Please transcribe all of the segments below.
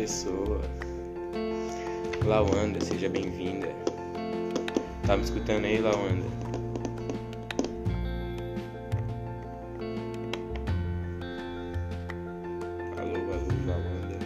pessoa. Lawanda, seja bem-vinda. Tá me escutando aí, Lawanda? Alô, Lawanda.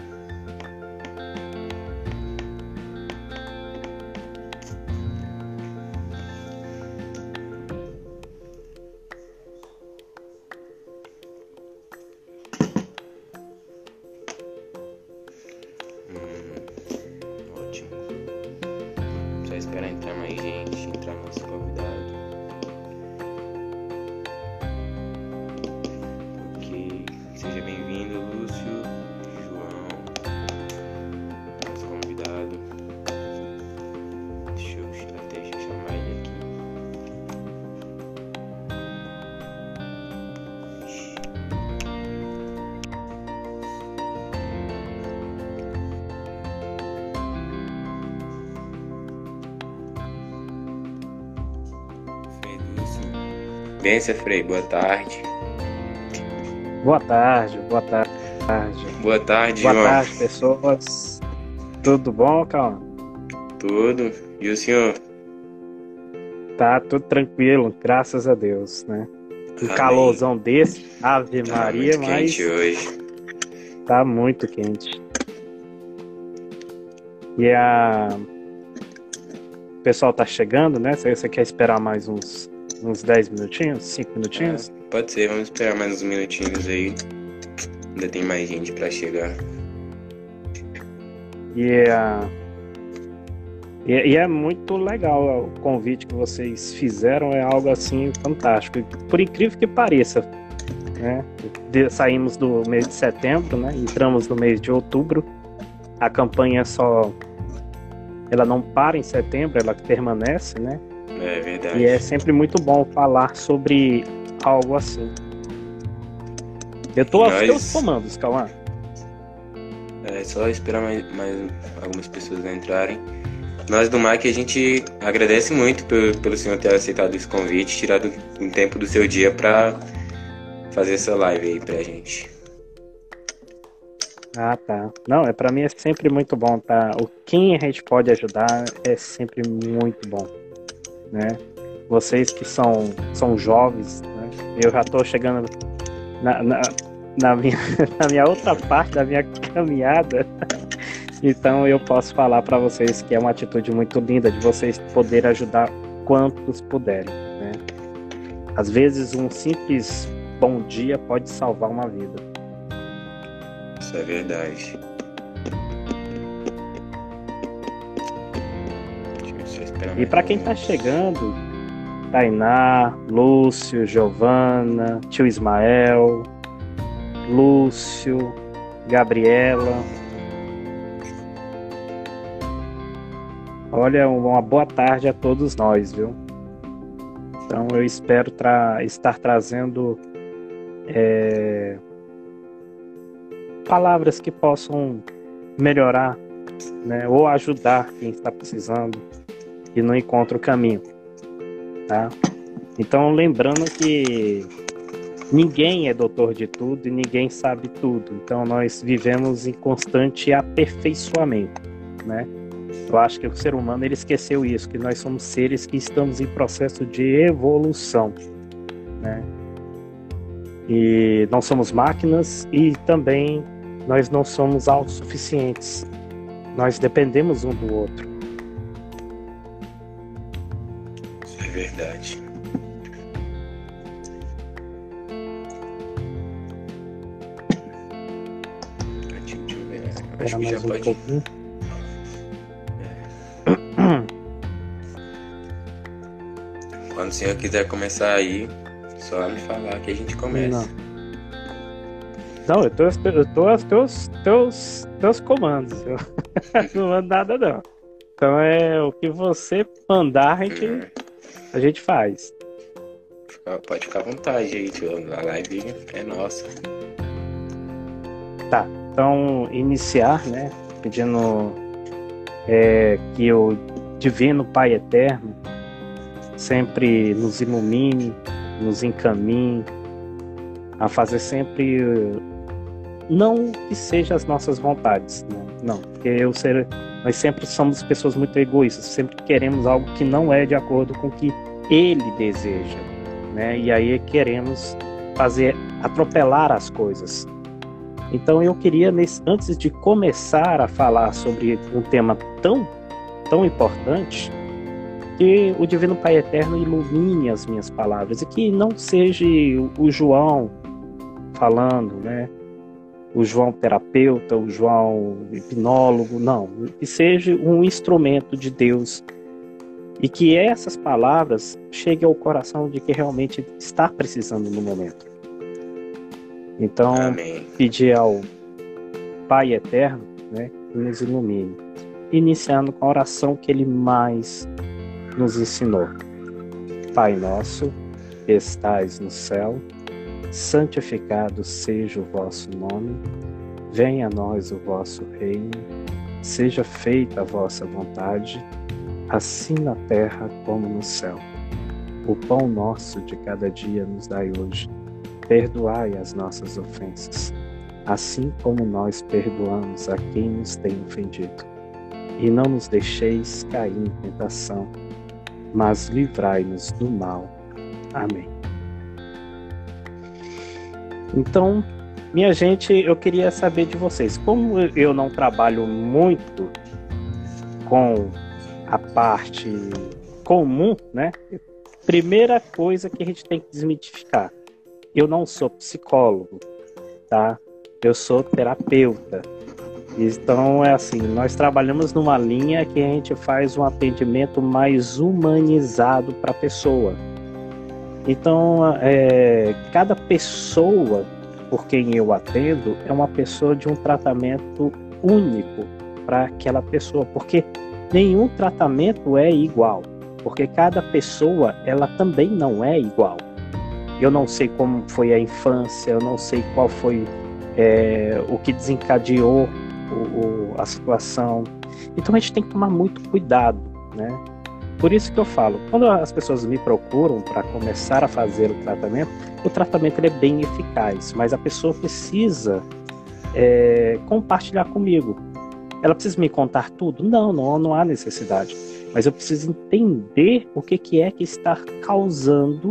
Ótimo. Só esperar entrar mais gente, entrar nosso convidado. Ok. Seja bem-vindo, Lúcio, João, nosso convidado. Deixa eu chamar ele aqui. Frei Lúcio. Benção, Frei, boa tarde. Boa tarde, boa tarde. Boa tarde, Boa João. tarde, pessoas. Tudo bom, Calma? Tudo? E o senhor? Tá tudo tranquilo, graças a Deus, né? Um Amém. calorzão desse, Ave Tá Maria, muito mas quente hoje. tá muito quente. E o pessoal tá chegando, né? Você quer esperar mais uns 10 minutinhos, 5 minutinhos? Pode ser, vamos esperar mais uns minutinhos aí. Ainda tem mais gente pra chegar. E é muito legal o convite que vocês fizeram, é algo assim fantástico. Por incrível que pareça, né? Saímos do mês de setembro, né? Entramos no mês de outubro. A campanha ela não para em setembro, ela permanece, né? É verdade. E é sempre muito bom falar sobre algo assim. Eu tô aos teus comandos, Cauã. É só esperar mais algumas pessoas entrarem. Nós do MAC, a gente agradece muito pelo senhor ter aceitado esse convite, tirado um tempo do seu dia pra fazer essa live aí pra gente. Ah, tá. Não, pra mim é sempre muito bom, tá? Quem a gente pode ajudar é sempre muito bom, né? Vocês que são jovens, né? Eu já tô chegando na minha outra parte da minha caminhada, então eu posso falar para vocês que é uma atitude muito linda de vocês poderem ajudar quantos puderem, né? Às vezes um simples bom dia pode salvar uma vida. Isso é verdade. Deixa eu só esperar E para quem tá chegando, Tainá, Lúcio, Giovana, tio Ismael, Lúcio, Gabriela. Olha, uma boa tarde a todos nós, viu? Então eu espero estar trazendo palavras que possam melhorar, né? Ou ajudar quem está precisando e não encontra o caminho, tá? Então lembrando que ninguém é doutor de tudo e ninguém sabe tudo. Então nós vivemos em constante aperfeiçoamento, né? Eu acho que o ser humano ele esqueceu isso, que nós somos seres que estamos em processo de evolução, né? E não somos máquinas e também nós não somos autossuficientes. Nós dependemos um do outro. Isso é verdade. Deixa eu ver. Acho que já pode. Pouquinho. Quando o senhor quiser começar aí, só me falar que a gente começa. Não, eu tô aos teus comandos. Eu não mando nada, não. Então é o que você mandar, a gente faz. Pode ficar à vontade aí, tio. A live é nossa. Tá, então iniciar, né? Pedindo que o Divino Pai Eterno sempre nos ilumine, nos encaminhe a fazer sempre não que seja as nossas vontades, né? Não, porque nós sempre somos pessoas muito egoístas, sempre queremos algo que não é de acordo com o que ele deseja, né? E aí queremos atropelar as coisas. Então eu queria, antes de começar a falar sobre um tema tão importante, que o Divino Pai Eterno ilumine as minhas palavras e que não seja o João falando, né? O João terapeuta, o João hipnólogo, não. Que seja um instrumento de Deus e que essas palavras cheguem ao coração de quem realmente está precisando no momento. Então, Amém. pedir ao Pai Eterno, né, que nos ilumine, iniciando com a oração que Ele mais nos ensinou. Pai nosso, que estais no céu, santificado seja o vosso nome, venha a nós o vosso reino, seja feita a vossa vontade, assim na terra como no céu. O pão nosso de cada dia nos dai hoje. Perdoai as nossas ofensas, assim como nós perdoamos a quem nos tem ofendido. E não nos deixeis cair em tentação, mas livrai-nos do mal. Amém. Então, minha gente, eu queria saber de vocês. Como eu não trabalho muito com a parte comum, né? Primeira coisa que a gente tem que desmitificar. Eu não sou psicólogo, tá? Eu sou terapeuta. Então, é assim, nós trabalhamos numa linha que a gente faz um atendimento mais humanizado para a pessoa. Então, cada pessoa por quem eu atendo é uma pessoa de um tratamento único para aquela pessoa, porque nenhum tratamento é igual, porque cada pessoa, ela também não é igual. Eu não sei como foi a infância, eu não sei qual foi o que desencadeou a situação. Então a gente tem que tomar muito cuidado, né? Por isso que eu falo, quando as pessoas me procuram para começar a fazer o tratamento ele é bem eficaz, mas a pessoa precisa compartilhar comigo. Ela precisa me contar tudo? Não há necessidade. Mas eu preciso entender o que é que está causando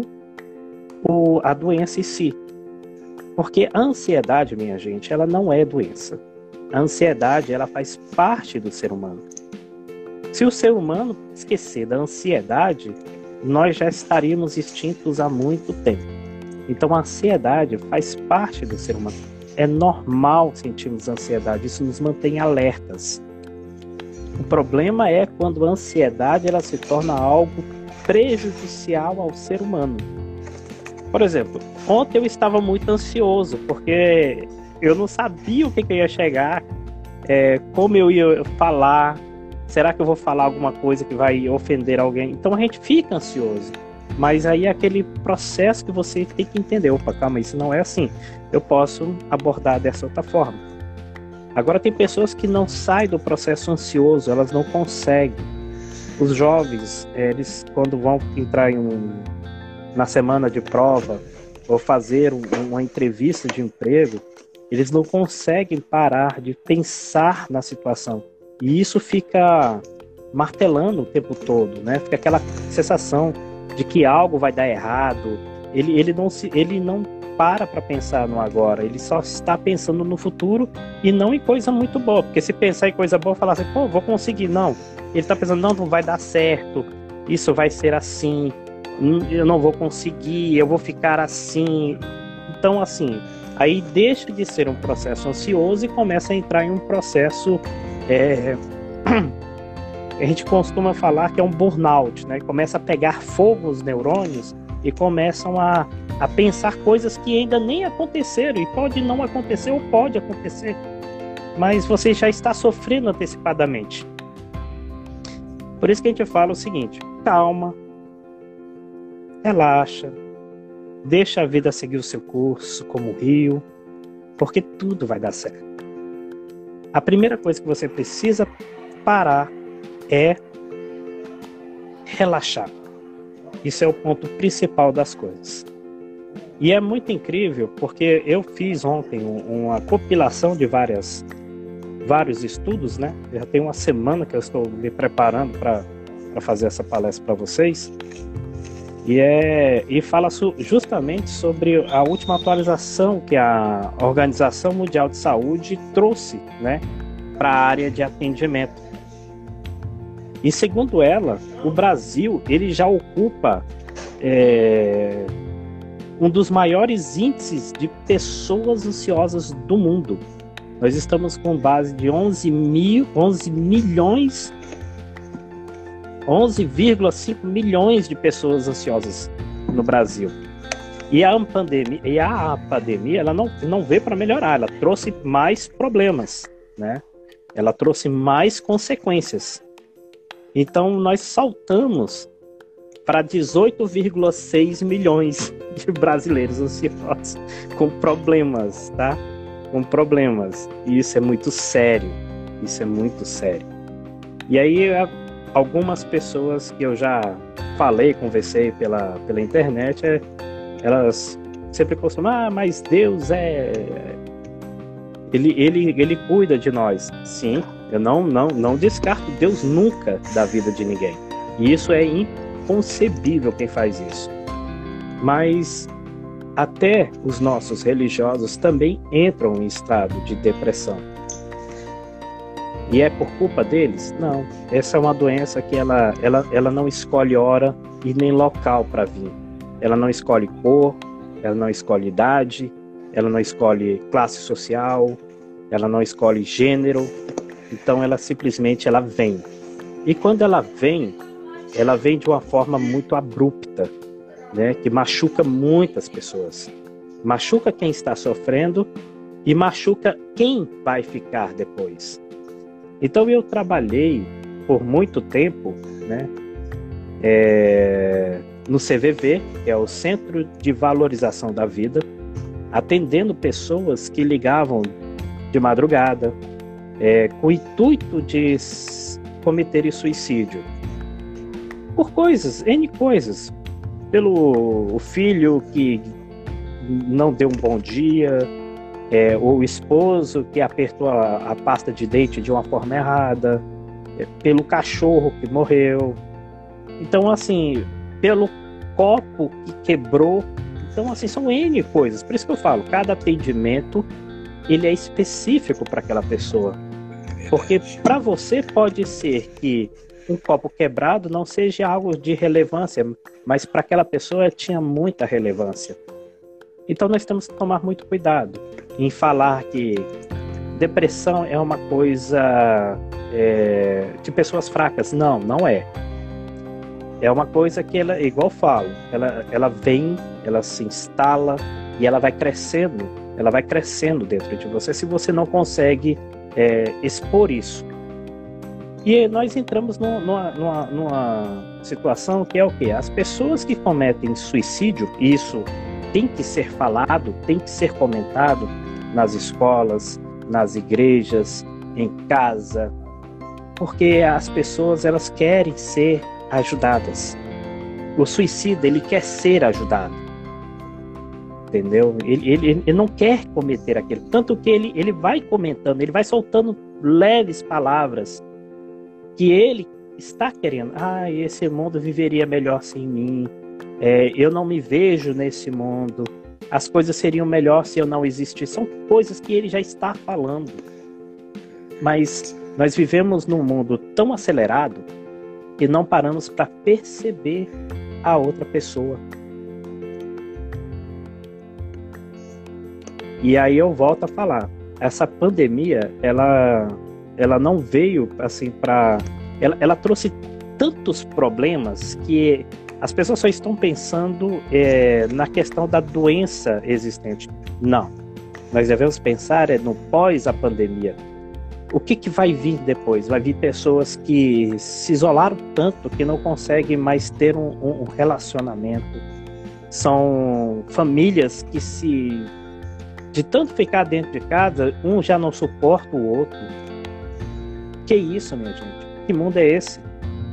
a doença em si. Porque a ansiedade, minha gente, ela não é doença. A ansiedade, ela faz parte do ser humano. Se o ser humano esquecer da ansiedade, nós já estaríamos extintos há muito tempo. Então a ansiedade faz parte do ser humano. É normal sentirmos ansiedade, isso nos mantém alertas. O problema é quando a ansiedade ela se torna algo prejudicial ao ser humano. Por exemplo, ontem eu estava muito ansioso, porque eu não sabia o que ia chegar, como eu ia falar, será que eu vou falar alguma coisa que vai ofender alguém? Então a gente fica ansioso, mas aí é aquele processo que você tem que entender, opa, calma, isso não é assim, eu posso abordar dessa outra forma. Agora tem pessoas que não saem do processo ansioso, elas não conseguem. Os jovens, eles quando vão entrar na semana de prova ou fazer uma entrevista de emprego, eles não conseguem parar de pensar na situação. E isso fica martelando o tempo todo, né? Fica aquela sensação de que algo vai dar errado. Ele não para pensar no agora, ele só está pensando no futuro e não em coisa muito boa. Porque se pensar em coisa boa, falar assim, pô, vou conseguir. Não, ele está pensando, não vai dar certo, isso vai ser assim, eu não vou conseguir, eu vou ficar assim. Então, assim, aí deixa de ser um processo ansioso e começa a entrar em um processo, a gente costuma falar que é um burnout, né? Começa a pegar fogo os neurônios e começam a pensar coisas que ainda nem aconteceram, e pode não acontecer ou pode acontecer, mas você já está sofrendo antecipadamente. Por isso que a gente fala o seguinte, calma, relaxa, deixa a vida seguir o seu curso como um rio, porque tudo vai dar certo. A primeira coisa que você precisa parar é relaxar. Isso é o ponto principal das coisas. E é muito incrível, porque eu fiz ontem uma compilação de vários estudos, né? Já tem uma semana que eu estou me preparando para fazer essa palestra para vocês. E fala justamente sobre a última atualização que a Organização Mundial de Saúde trouxe, né, para a área de atendimento. E segundo ela, o Brasil ele já ocupa um dos maiores índices de pessoas ansiosas do mundo. Nós estamos com base de 11,5 milhões de pessoas ansiosas no Brasil. E a pandemia ela não veio para melhorar, ela trouxe mais problemas, né? Ela trouxe mais consequências. Então nós saltamos para 18,6 milhões de brasileiros ansiosos com problemas, tá? Com problemas. E isso é muito sério. Isso é muito sério. E aí algumas pessoas que eu já falei, conversei pela internet, elas sempre costumam, mas Deus Ele cuida de nós. Sim, eu não descarto Deus nunca da vida de ninguém. E isso é inconcebível quem faz isso. Mas até os nossos religiosos também entram em estado de depressão. E é por culpa deles? Não. Essa é uma doença que ela não escolhe hora e nem local para vir. Ela não escolhe cor, ela não escolhe idade, ela não escolhe classe social, ela não escolhe gênero. Então ela simplesmente vem. E quando ela vem de uma forma muito abrupta, né, que machuca muitas pessoas. Machuca quem está sofrendo e machuca quem vai ficar depois. Então eu trabalhei por muito tempo, né, no CVV, que é o Centro de Valorização da Vida, atendendo pessoas que ligavam de madrugada, com o intuito de cometerem suicídio. Por N coisas. Pelo filho que não deu um bom dia, ou o esposo que apertou a pasta de dente de uma forma errada, pelo cachorro que morreu. Então, assim, pelo copo que quebrou. Então, assim, são N coisas. Por isso que eu falo, cada atendimento ele é específico para aquela pessoa. Porque para você pode ser que um copo quebrado não seja algo de relevância, mas para aquela pessoa tinha muita relevância. Então nós temos que tomar muito cuidado em falar que depressão é uma coisa de pessoas fracas. Não é. É uma coisa que ela, igual eu falo, ela vem, ela se instala e ela vai crescendo dentro de você se você não consegue expor isso. E nós entramos numa situação que é o quê? As pessoas que cometem suicídio, isso tem que ser falado, tem que ser comentado nas escolas, nas igrejas, em casa, porque as pessoas elas querem ser ajudadas. O suicida, ele quer ser ajudado, entendeu? Ele não quer cometer aquilo, tanto que ele vai comentando, ele vai soltando leves palavras que ele está querendo. Esse mundo viveria melhor sem mim. Eu não me vejo nesse mundo. As coisas seriam melhor se eu não existisse. São coisas que ele já está falando. Mas nós vivemos num mundo tão acelerado que não paramos para perceber a outra pessoa. E aí eu volto a falar. Essa pandemia, ela não veio assim para... Ela trouxe tantos problemas que as pessoas só estão pensando na questão da doença existente. Não. Nós devemos pensar no pós a pandemia. O que vai vir depois? Vai vir pessoas que se isolaram tanto que não conseguem mais ter um relacionamento. São famílias que de tanto ficar dentro de casa, um já não suporta o outro. Que isso, minha gente? Que mundo é esse?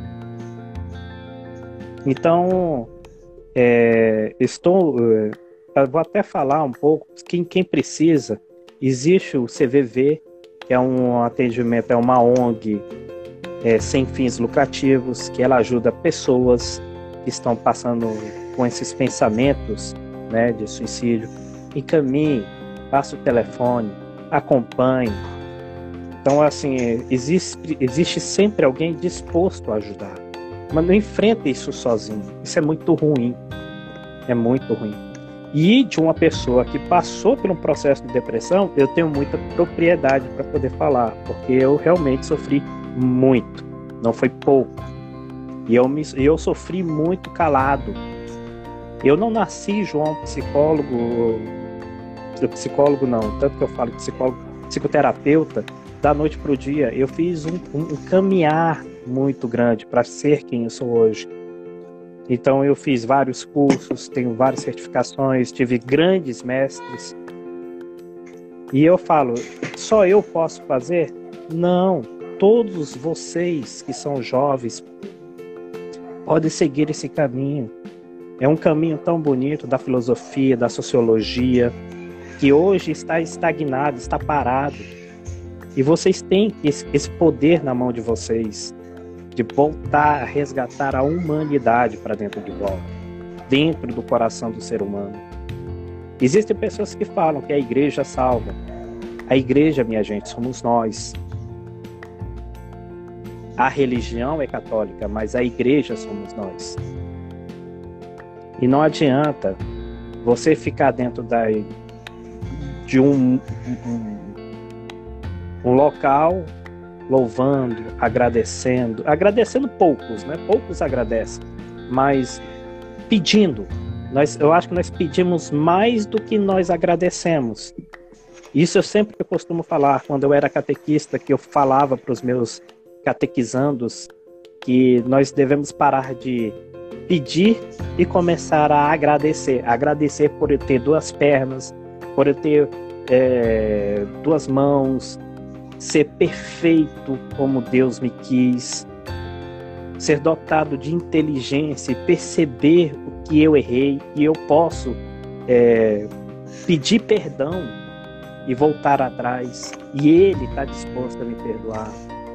Então, eu vou até falar um pouco, quem precisa, existe o CVV, que é um atendimento, é uma ONG sem fins lucrativos, que ela ajuda pessoas que estão passando com esses pensamentos, né, de suicídio. Encaminhe, passe o telefone, acompanhe. Então, assim, existe sempre alguém disposto a ajudar. Mas não enfrente isso sozinho. Isso é muito ruim. É muito ruim. E de uma pessoa que passou por um processo de depressão, eu tenho muita propriedade para poder falar, porque eu realmente sofri muito. Não foi pouco. E eu sofri muito calado. Eu não nasci, João, psicólogo não, tanto que eu falo psicoterapeuta, da noite para o dia. Eu fiz um caminhar muito grande para ser quem eu sou hoje. Então eu fiz vários cursos, tenho várias certificações, tive grandes mestres. E eu falo, só eu posso fazer? Não, todos vocês que são jovens podem seguir esse caminho. É um caminho tão bonito da filosofia, da sociologia, que hoje está estagnado, está parado. E vocês têm esse poder na mão de vocês, de voltar a resgatar a humanidade para dentro de volta, dentro do coração do ser humano. Existem pessoas que falam que a igreja salva. A igreja, minha gente, somos nós. A religião é católica, mas a igreja somos nós. E não adianta você ficar dentro de um local louvando, agradecendo poucos, né? Poucos agradecem, mas pedindo. Eu acho que nós pedimos mais do que nós agradecemos. Isso eu sempre costumo falar, quando eu era catequista, que eu falava para os meus catequizandos que nós devemos parar de pedir e começar a agradecer. Agradecer por eu ter duas pernas, por eu ter duas mãos, ser perfeito como Deus me quis, ser dotado de inteligência e perceber o que eu errei, e eu posso pedir perdão e voltar atrás, e Ele está disposto a me perdoar.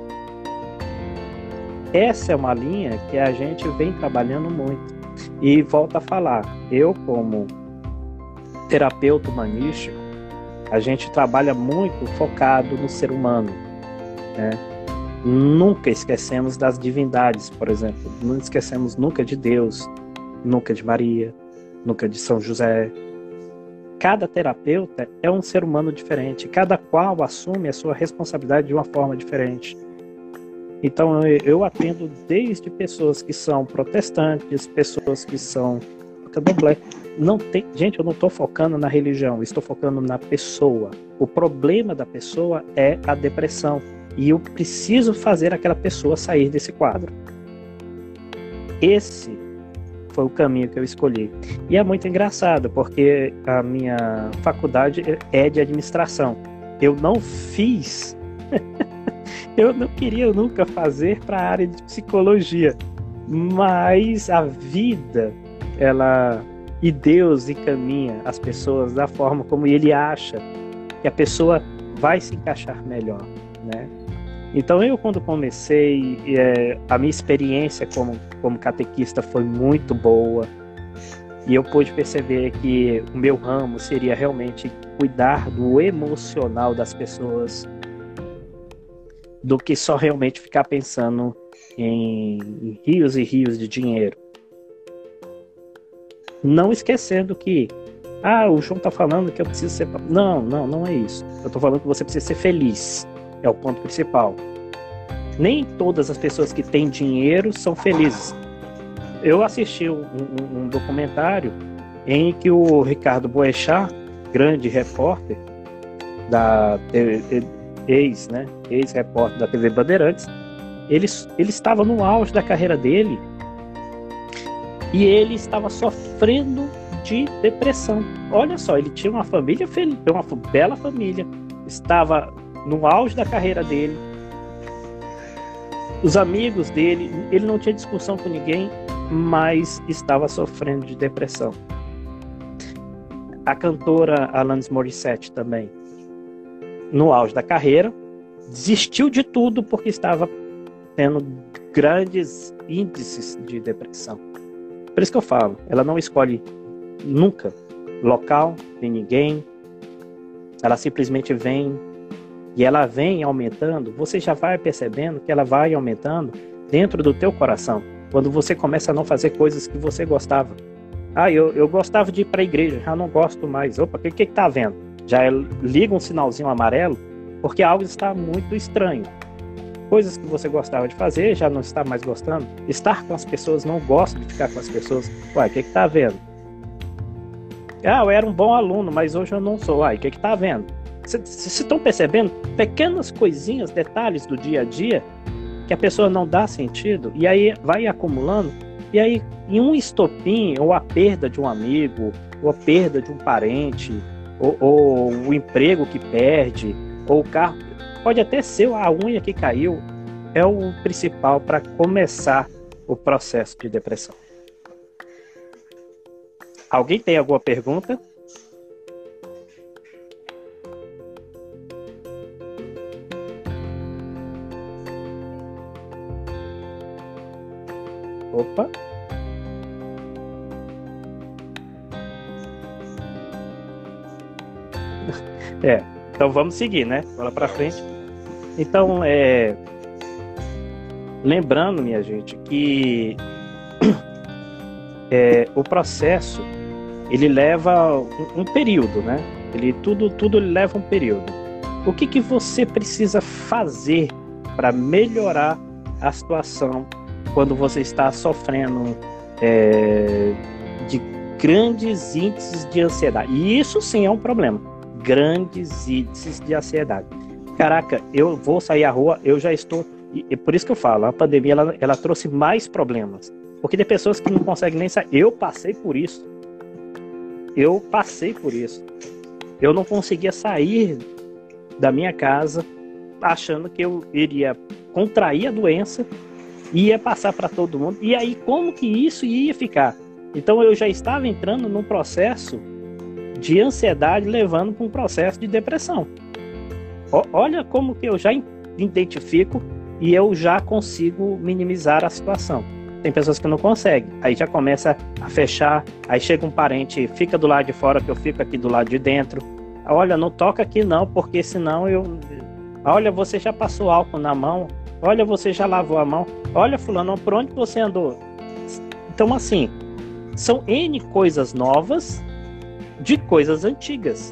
Essa é uma linha que a gente vem trabalhando muito. E volto a falar, eu como terapeuta humanístico, a gente trabalha muito focado no ser humano, né? Nunca esquecemos das divindades, por exemplo. Não esquecemos nunca de Deus, nunca de Maria, nunca de São José. Cada terapeuta é um ser humano diferente, cada qual assume a sua responsabilidade de uma forma diferente. Então eu atendo desde pessoas que são protestantes, pessoas que são candomblé. Gente, eu não estou focando na religião, estou focando na pessoa. O problema da pessoa é a depressão. E eu preciso fazer aquela pessoa sair desse quadro. Esse foi o caminho que eu escolhi. E é muito engraçado, porque a minha faculdade é de administração. Eu não fiz... Eu não queria nunca fazer para a área de psicologia. Mas a vida, e Deus encaminha as pessoas da forma como Ele acha que a pessoa vai se encaixar melhor, né? Então quando comecei, a minha experiência como catequista foi muito boa, e eu pude perceber que o meu ramo seria realmente cuidar do emocional das pessoas, do que só realmente ficar pensando em rios e rios de dinheiro. Não esquecendo que o João está falando que eu preciso ser... Não é isso. Eu estou falando que você precisa ser feliz. É o ponto principal. Nem todas as pessoas que têm dinheiro são felizes. Eu assisti um documentário em que o Ricardo Boechat, grande repórter da ex-repórter da TV Bandeirantes, ele estava no auge da carreira dele e ele estava sofrendo de depressão. Olha só, ele tinha uma família feliz, uma bela família, estava no auge da carreira dele, os amigos dele, ele não tinha discussão com ninguém, mas estava sofrendo de depressão. A cantora Alanis Morissette também, no auge da carreira, desistiu de tudo porque estava tendo grandes índices de depressão. Por isso que eu falo, ela não escolhe nunca local, nem ninguém. Ela simplesmente vem, e ela vem aumentando. Você já vai percebendo que ela vai aumentando dentro do teu coração, quando você começa a não fazer coisas que você gostava. Eu gostava de ir para a igreja, já não gosto mais. Opa, o que está havendo? Já liga um sinalzinho amarelo, porque algo está muito estranho. Coisas que você gostava de fazer, já não está mais gostando. Estar com as pessoas, não gosto de ficar com as pessoas. O que está havendo? Eu era um bom aluno, mas hoje eu não sou. O que está havendo? Vocês estão percebendo pequenas coisinhas, detalhes do dia a dia, que a pessoa não dá sentido, e aí vai acumulando, e aí em um estopim, ou a perda de um amigo, ou a perda de um parente, ou o emprego que perde, ou o carro, pode até ser a unha que caiu, é o principal para começar o processo de depressão. Alguém tem alguma pergunta? Opa. Então vamos seguir, né? Bola pra frente. Então, lembrando, minha gente, que o processo, ele leva um período, né? Tudo ele leva um período. O que você precisa fazer para melhorar a situação quando você está sofrendo de grandes índices de ansiedade? E isso sim é um problema. Grandes índices de ansiedade. Caraca, eu vou sair à rua, eu já estou... E por isso que eu falo, a pandemia ela trouxe mais problemas. Porque tem pessoas que não conseguem nem sair. Eu passei por isso. Eu não conseguia sair da minha casa achando que eu iria contrair a doença, ia passar para todo mundo. E aí, como que isso ia ficar? Então, eu já estava entrando num processo de ansiedade, levando para um processo de depressão. Olha como que eu já identifico e eu já consigo minimizar a situação. Tem pessoas que não conseguem. Aí já começa a fechar. Aí chega um parente, fica do lado de fora, que eu fico aqui do lado de dentro. Olha, não toca aqui não, porque senão eu... Olha, você já passou álcool na mão. Olha, você já lavou a mão. Olha, fulano, por onde você andou? Então, assim, são N coisas novas de coisas antigas.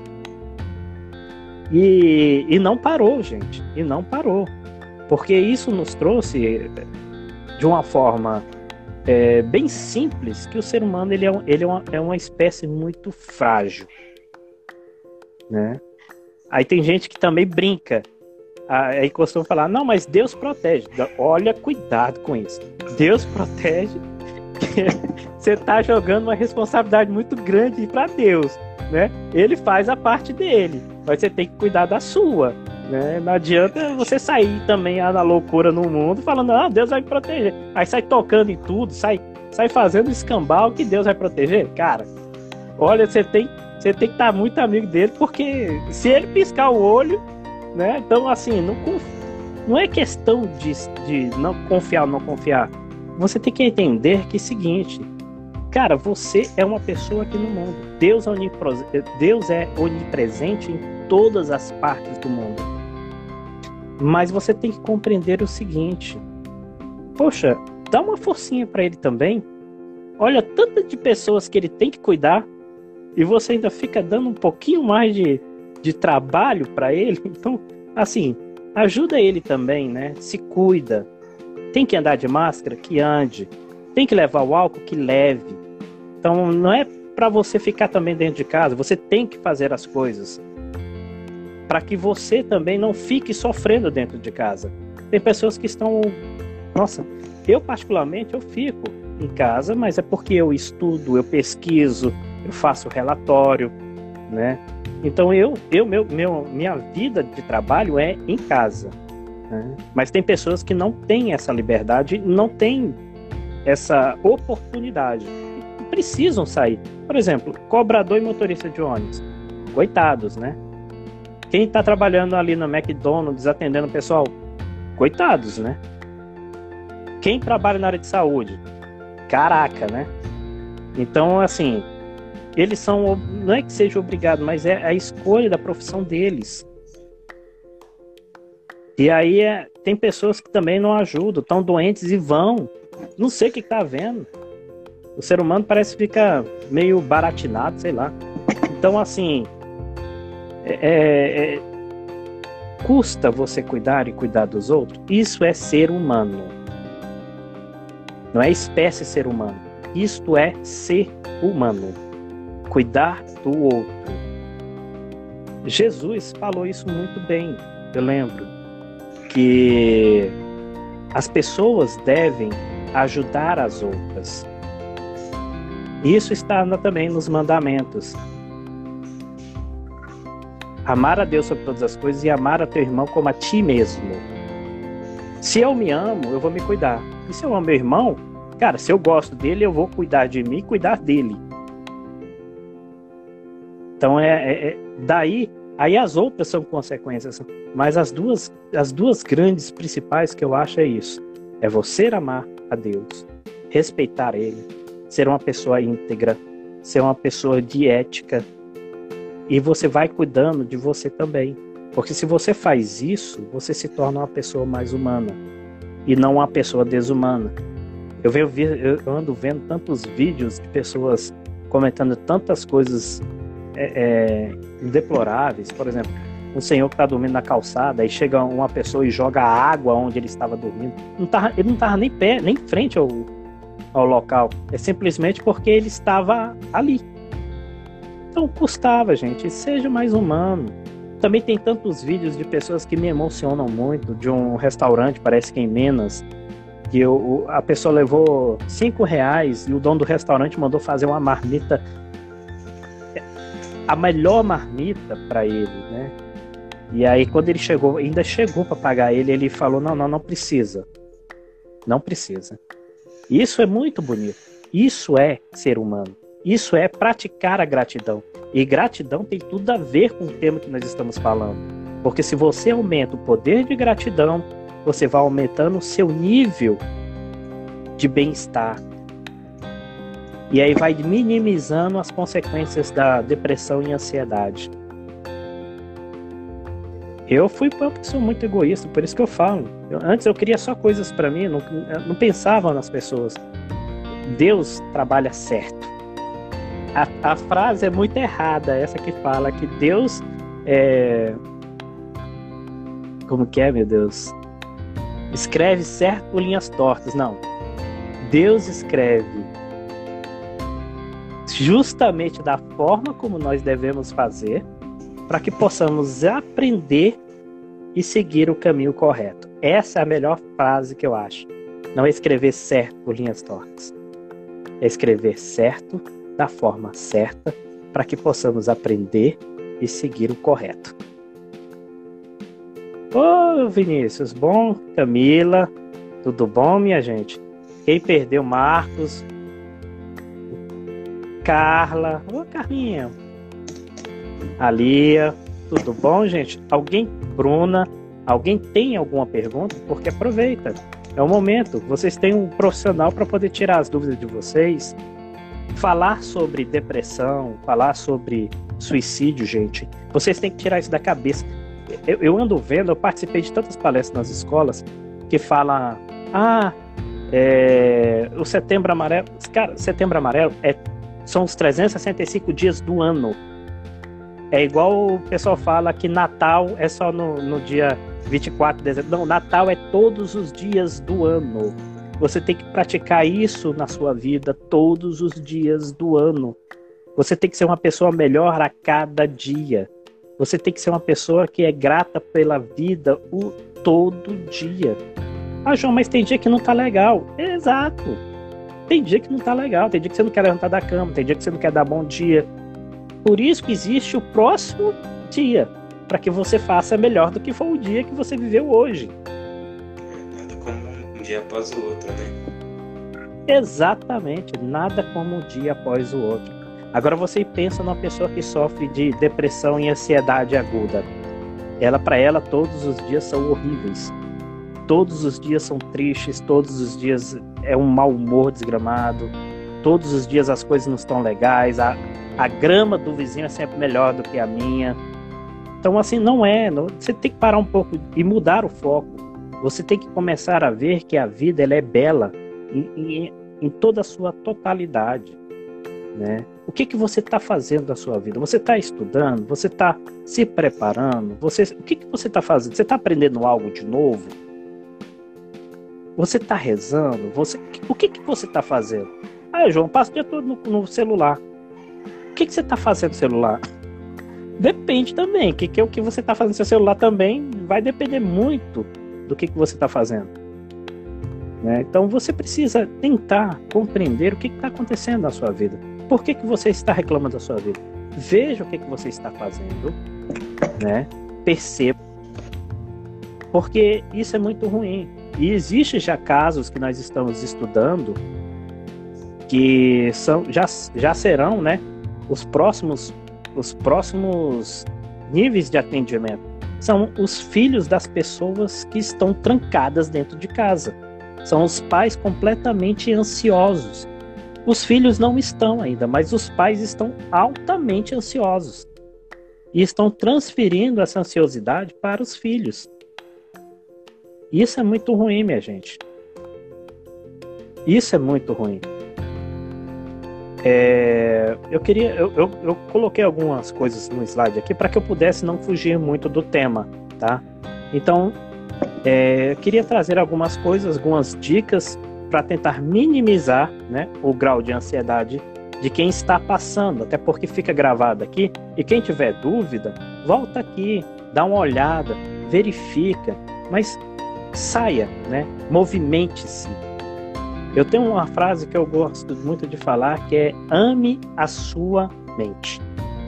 E não parou, gente. E não parou. Porque isso nos trouxe de uma forma bem simples, que o ser humano ele é uma espécie muito frágil, né? Aí tem gente que também brinca. Aí costuma falar, não, mas Deus protege. Olha, cuidado com isso. Deus protege. Você está jogando uma responsabilidade muito grande para Deus, né? Ele faz a parte dele, mas você tem que cuidar da sua, né? Não adianta você sair também na loucura no mundo falando, não, Deus vai me proteger. Aí sai tocando em tudo, sai fazendo escambau que Deus vai proteger. Cara, olha, você tem que estar muito amigo dele, porque se ele piscar o olho, né? Então, assim, não é questão de não confiar ou não confiar. Você tem que entender que é o seguinte, cara, você é uma pessoa aqui no mundo. Deus é onipresente em todas as partes do mundo. Mas você tem que compreender o seguinte, poxa, dá uma forcinha para ele também. Olha, tanta de pessoas que ele tem que cuidar, e você ainda fica dando um pouquinho mais de trabalho para ele. Então, assim, ajuda ele também, né? Se cuida. Tem que andar de máscara? Que ande. Tem que levar o álcool? Que leve. Então, não é para você ficar também dentro de casa. Você tem que fazer as coisas para que você também não fique sofrendo dentro de casa. Tem pessoas que estão... Nossa, eu particularmente, eu fico em casa, mas é porque eu estudo, eu pesquiso, eu faço relatório, né? Então, minha vida de trabalho é em casa, né? Mas tem pessoas que não têm essa liberdade, não têm essa oportunidade. precisam sair. Por exemplo, cobrador e motorista de ônibus. Coitados, né? Quem está trabalhando ali no McDonald's, atendendo o pessoal, coitados, né? Quem trabalha na área de saúde, caraca, né? Então, assim, eles são, não é que seja obrigado, mas é a escolha da profissão deles. E aí tem pessoas que também não ajudam, estão doentes e vão. Não sei o que está havendo. O ser humano parece ficar meio baratinado, sei lá. Então, assim, custa você cuidar e cuidar dos outros? Isso é ser humano. Não é espécie ser humano. Isto é ser humano. Cuidar do outro. Jesus falou isso muito bem. Eu lembro que as pessoas devem ajudar as outras. Isso está também nos mandamentos. Amar a Deus sobre todas as coisas e amar a teu irmão como a ti mesmo. Se eu me amo, eu vou me cuidar. E se eu amo meu irmão, cara, se eu gosto dele, eu vou cuidar de mim e cuidar dele. Então daí, aí as outras são consequências. Mas as duas grandes principais que eu acho é isso. É você amar a Deus, respeitar Ele, ser uma pessoa íntegra, ser uma pessoa de ética. E você vai cuidando de você também. Porque se você faz isso, você se torna uma pessoa mais humana. E não uma pessoa desumana. Eu ando vendo tantos vídeos de pessoas comentando tantas coisas deploráveis. Por exemplo, um senhor que está dormindo na calçada, aí chega uma pessoa e joga água onde ele estava dormindo. Ele não estava nem em frente ao local. É simplesmente porque ele estava ali. Então custava, gente. Seja mais humano. Também tem tantos vídeos de pessoas que me emocionam muito, de um restaurante, parece que em Minas, que a pessoa levou R$5 e o dono do restaurante mandou fazer uma marmita, a melhor marmita para ele, né? E aí quando ele ainda chegou para pagar ele falou, não precisa. Não precisa. Isso é muito bonito. Isso é ser humano. Isso é praticar a gratidão. E gratidão tem tudo a ver com o tema que nós estamos falando. Porque se você aumenta o poder de gratidão, você vai aumentando o seu nível de bem-estar. E aí vai minimizando as consequências da depressão e ansiedade. Eu fui uma pessoa muito egoísta, por isso que eu falo. Antes eu queria só coisas para mim, não pensava nas pessoas. Deus trabalha certo. A frase é muito errada, essa que fala que Deus como que é, meu Deus? Escreve certo por linhas tortas. Não. Deus escreve justamente da forma como nós devemos fazer para que possamos aprender e seguir o caminho correto. Essa é a melhor frase que eu acho. Não é escrever certo por linhas tortas. É escrever certo da forma certa para que possamos aprender e seguir o correto. Ô Vinícius, bom? Camila, tudo bom, minha gente? Quem perdeu, Marcos, Carla, ô Carlinha, Alia, tudo bom, gente? Bruna, alguém tem alguma pergunta? Porque aproveita, é o momento. Vocês têm um profissional para poder tirar as dúvidas de vocês. Falar sobre depressão, falar sobre suicídio, gente, vocês têm que tirar isso da cabeça. Eu ando vendo, eu participei de tantas palestras nas escolas que falam, o Setembro Amarelo. Cara, Setembro Amarelo são os 365 dias do ano. É igual o pessoal fala que Natal é só no dia 24 de dezembro. Não, Natal é todos os dias do ano. Você tem que praticar isso na sua vida todos os dias do ano. Você tem que ser uma pessoa melhor a cada dia. Você tem que ser uma pessoa que é grata pela vida todo dia. João, mas tem dia que não tá legal. Exato. Tem dia que não tá legal. Tem dia que você não quer levantar da cama. Tem dia que você não quer dar bom dia. Por isso que existe o próximo dia. Para que você faça melhor do que foi o dia que você viveu hoje. Nada como um dia após o outro, né? Exatamente, nada como um dia após o outro. Agora você pensa numa pessoa que sofre de depressão e ansiedade aguda. Para ela, todos os dias são horríveis. Todos os dias são tristes, todos os dias é um mau humor desgramado, todos os dias as coisas não estão legais, a grama do vizinho é sempre melhor do que a minha. Então, assim, você tem que parar um pouco e mudar o foco. Você tem que começar a ver que a vida ela é bela em toda a sua totalidade, né? O que você está fazendo da sua vida? Você está estudando? Você está se preparando? O que você está fazendo? Você está aprendendo algo de novo? Você está rezando? O que você está fazendo? João, passa o dia todo no celular. O que você está fazendo no celular? Depende também. O que você está fazendo no seu celular também vai depender muito do que você está fazendo. Né? Então você precisa tentar compreender o que está acontecendo na sua vida. Por que você está reclamando da sua vida? Veja o que você está fazendo, né? Perceba. Porque isso é muito ruim. E existem já casos que nós estamos estudando que já serão, né, os próximos níveis de atendimento. São os filhos das pessoas que estão trancadas dentro de casa. São os pais completamente ansiosos. Os filhos não estão ainda, mas os pais estão altamente ansiosos. E estão transferindo essa ansiosidade para os filhos. Isso é muito ruim, minha gente. Isso é muito ruim. Eu coloquei algumas coisas no slide aqui para que eu pudesse não fugir muito do tema, tá? Então, eu queria trazer algumas coisas, algumas dicas para tentar minimizar, né, o grau de ansiedade de quem está passando, até porque fica gravado aqui, e quem tiver dúvida, volta aqui, dá uma olhada, verifica, mas saia, né? Movimente-se. Eu tenho uma frase que eu gosto muito de falar, que é: ame a sua mente.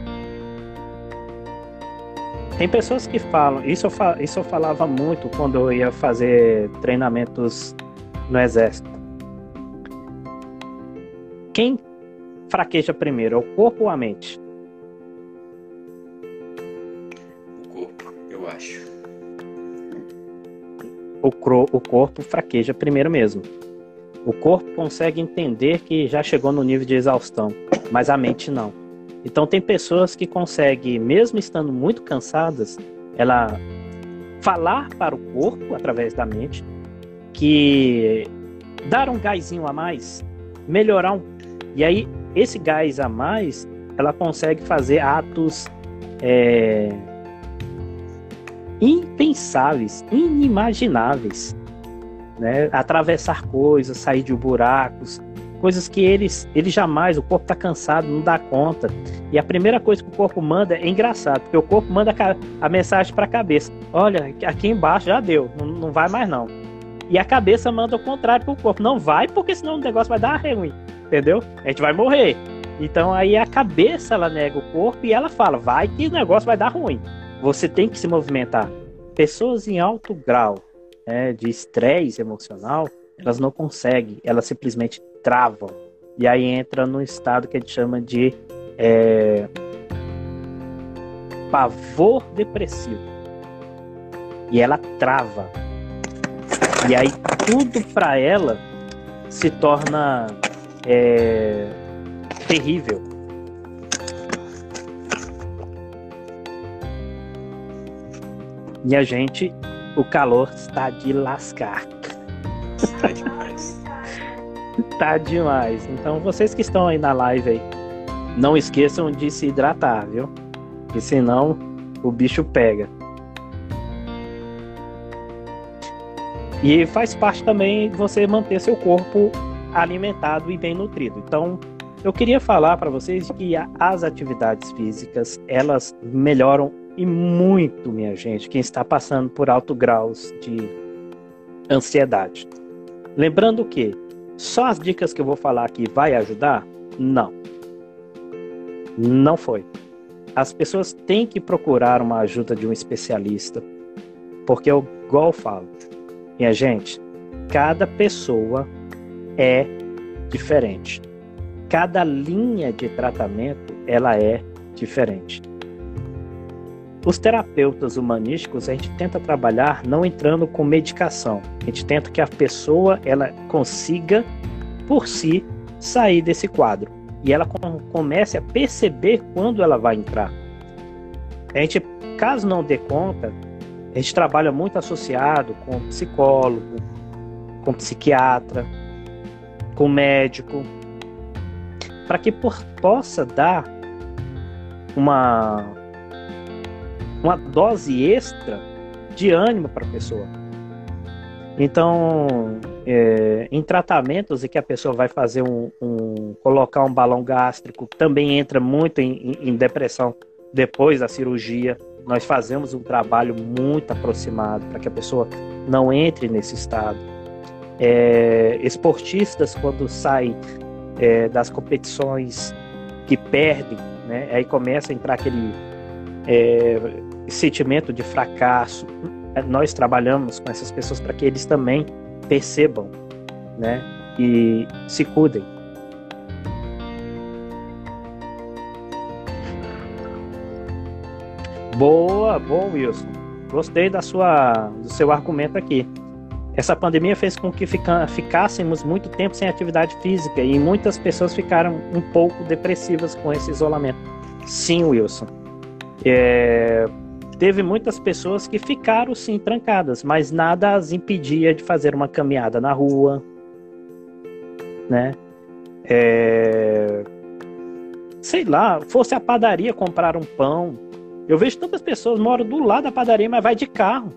Tem pessoas que falam, isso eu falava muito quando eu ia fazer treinamentos no exército. Quem fraqueja primeiro, é o corpo ou a mente? O corpo, eu acho. O corpo fraqueja primeiro mesmo. O corpo consegue entender que já chegou no nível de exaustão, mas a mente não. Então tem pessoas que conseguem, mesmo estando muito cansadas, ela falar para o corpo, através da mente, que dar um gásinho a mais, melhorar e aí esse gás a mais, ela consegue fazer atos impensáveis, inimagináveis, né? Atravessar coisas, sair de buracos, coisas que ele jamais, o corpo está cansado, não dá conta. E a primeira coisa que o corpo manda é engraçado, porque o corpo manda a mensagem para a cabeça: olha, aqui embaixo já deu, não vai mais não. E a cabeça manda o contrário para o corpo: não vai, porque senão o negócio vai dar ruim, entendeu? A gente vai morrer. Então aí a cabeça, ela nega o corpo e ela fala: vai que o negócio vai dar ruim. Você tem que se movimentar. Pessoas em alto grau de estresse emocional, elas não conseguem, elas simplesmente travam. E aí entra num estado que a gente chama de pavor depressivo. E ela trava. E aí tudo para ela se torna terrível. E a gente, o calor está de lascar. Tá demais. Tá demais. Então vocês que estão aí na live aí, não esqueçam de se hidratar, viu? Porque senão o bicho pega. E faz parte também você manter seu corpo alimentado e bem nutrido. Então, eu queria falar para vocês que as atividades físicas, elas melhoram e muito, minha gente, quem está passando por altos graus de ansiedade. Lembrando que só as dicas que eu vou falar aqui vai ajudar? Não. Não foi. As pessoas têm que procurar uma ajuda de um especialista, porque igual eu falo, minha gente, cada pessoa é diferente. Cada linha de tratamento, ela é diferente. Os terapeutas humanísticos, a gente tenta trabalhar não entrando com medicação. A gente tenta que a pessoa ela consiga, por si, sair desse quadro. E ela comece a perceber quando ela vai entrar. A gente, caso não dê conta, a gente trabalha muito associado com psicólogo, com psiquiatra, com médico, para que possa dar uma dose extra de ânimo para a pessoa. Então, em tratamentos em que a pessoa vai fazer colocar um balão gástrico, também entra muito em depressão depois da cirurgia. Nós fazemos um trabalho muito aproximado para que a pessoa não entre nesse estado. Esportistas, quando saem das competições que perdem, né, aí começa a entrar aquele sentimento de fracasso. Nós trabalhamos com essas pessoas para que eles também percebam, né, e se cuidem. Boa, Wilson. Gostei do seu argumento aqui. Essa pandemia fez com que ficássemos muito tempo sem atividade física e muitas pessoas ficaram um pouco depressivas com esse isolamento. Sim, Wilson. Teve muitas pessoas que ficaram, sim, trancadas, mas nada as impedia de fazer uma caminhada na rua, né? Sei lá, fosse à padaria comprar um pão. Eu vejo tantas pessoas moram do lado da padaria, mas vai de carro.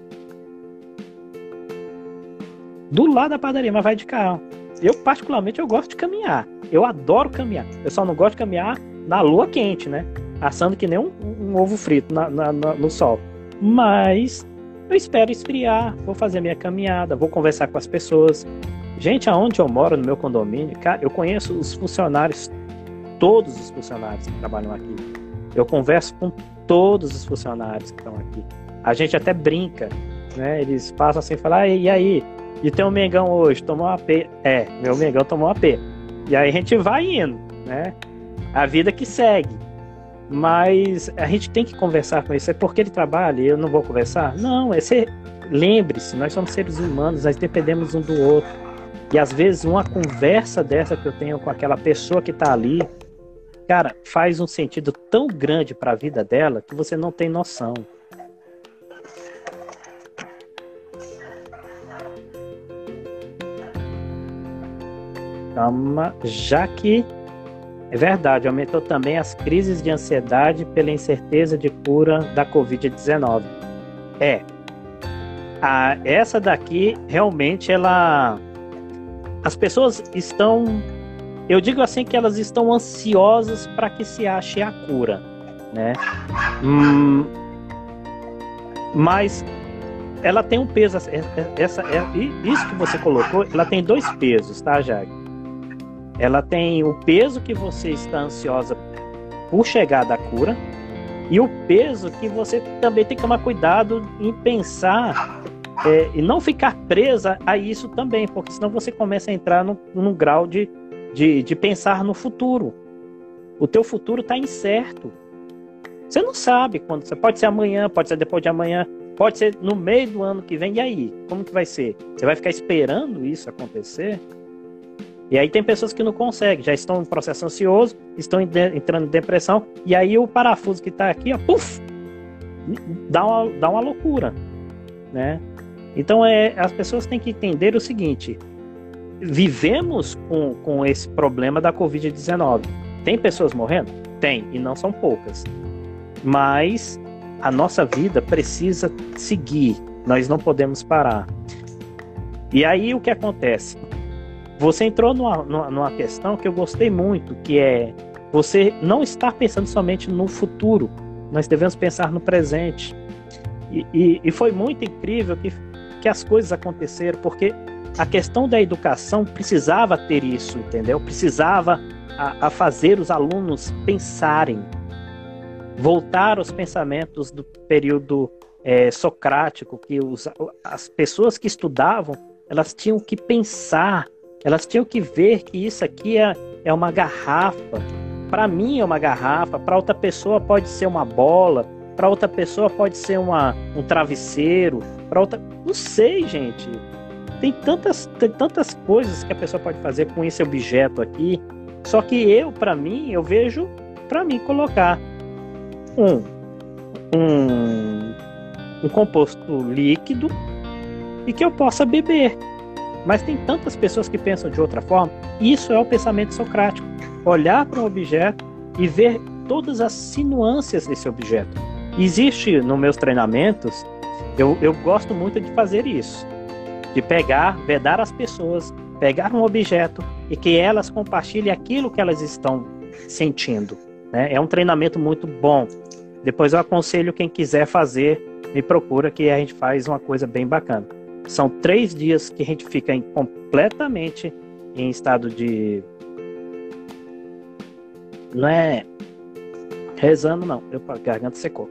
Do lado da padaria, mas vai de carro. Eu, particularmente, eu gosto de caminhar. Eu adoro caminhar. Eu só não gosto de caminhar na lua quente, né? Assando que nem um ovo frito no sol. Mas eu espero esfriar, vou fazer minha caminhada, vou conversar com as pessoas. Gente, aonde eu moro, no meu condomínio, cara, eu conheço os funcionários, todos os funcionários que trabalham aqui. Eu converso com todos os funcionários que estão aqui. A gente até brinca, né? Eles passam assim e falam, e aí? E tem um Mengão hoje, tomou uma AP. Meu Mengão tomou uma AP. E aí a gente vai indo, né? A vida que segue. Mas a gente tem que conversar com isso. É porque ele trabalha e eu não vou conversar? Não, lembre-se, nós somos seres humanos, nós dependemos um do outro. E às vezes uma conversa dessa que eu tenho com aquela pessoa que está ali, cara, faz um sentido tão grande para a vida dela que você não tem noção. Já que é verdade, aumentou também as crises de ansiedade pela incerteza de cura da Covid-19. Essa daqui realmente as pessoas estão, eu digo assim, que elas estão ansiosas para que se ache a cura, né? Mas ela tem um peso, isso que você colocou, ela tem dois pesos, tá, Jag? Ela tem o peso que você está ansiosa por chegar da cura e o peso que você também tem que tomar cuidado em pensar e não ficar presa a isso também, porque senão você começa a entrar num grau de pensar no futuro. O teu futuro está incerto. Você não sabe quando. Pode ser amanhã, pode ser depois de amanhã, pode ser no meio do ano que vem. E aí? Como que vai ser? Você vai ficar esperando isso acontecer? E aí tem pessoas que não conseguem, já estão em processo ansioso, estão entrando em depressão, e aí o parafuso que está aqui, ó, puf, dá uma loucura, né? Então as pessoas têm que entender o seguinte: vivemos com esse problema da Covid-19. Tem pessoas morrendo? Tem, e não são poucas. Mas a nossa vida precisa seguir, nós não podemos parar. E aí o que acontece? Você entrou numa questão que eu gostei muito, que é você não estar pensando somente no futuro, nós devemos pensar no presente. E foi muito incrível que as coisas aconteceram, porque a questão da educação precisava ter isso, entendeu? Precisava a fazer os alunos pensarem, voltar aos pensamentos do período socrático, que as pessoas que estudavam, elas tinham que pensar Elas tinham que ver que isso aqui é uma garrafa. Para mim é uma garrafa, para outra pessoa pode ser uma bola, para outra pessoa pode ser um travesseiro, para outra... Não sei, gente. Tem tantas coisas que a pessoa pode fazer com esse objeto aqui. Só que para mim, eu vejo para mim colocar um composto líquido e que eu possa beber. Mas tem tantas pessoas que pensam de outra forma. Isso é o pensamento socrático. Olhar para um objeto e ver todas as nuances desse objeto. Existe nos meus treinamentos, eu gosto muito de fazer isso. De vedar as pessoas, pegar um objeto e que elas compartilhem aquilo que elas estão sentindo. Né? É um treinamento muito bom. Depois eu aconselho quem quiser fazer, me procura que a gente faz uma coisa bem bacana. São 3 dias que a gente fica completamente em estado de... Não é rezando, não. A garganta secou.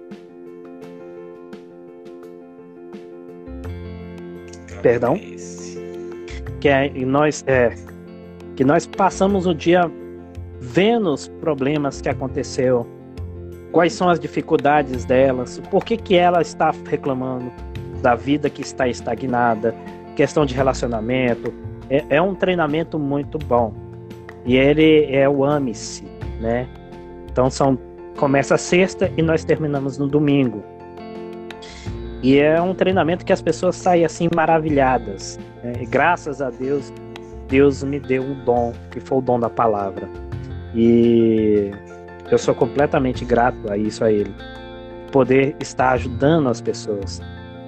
Perdão. Que nós passamos o dia vendo os problemas que aconteceu, quais são as dificuldades delas, por que ela está reclamando da vida que está estagnada, questão de relacionamento. É um treinamento muito bom. E ele é o Ame-se, né? Então começa a sexta e nós terminamos no domingo. E é um treinamento que as pessoas saem assim maravilhadas. Né? Graças a Deus, Deus me deu um dom, que foi o dom da palavra. E eu sou completamente grato a isso, a Ele. Poder estar ajudando as pessoas.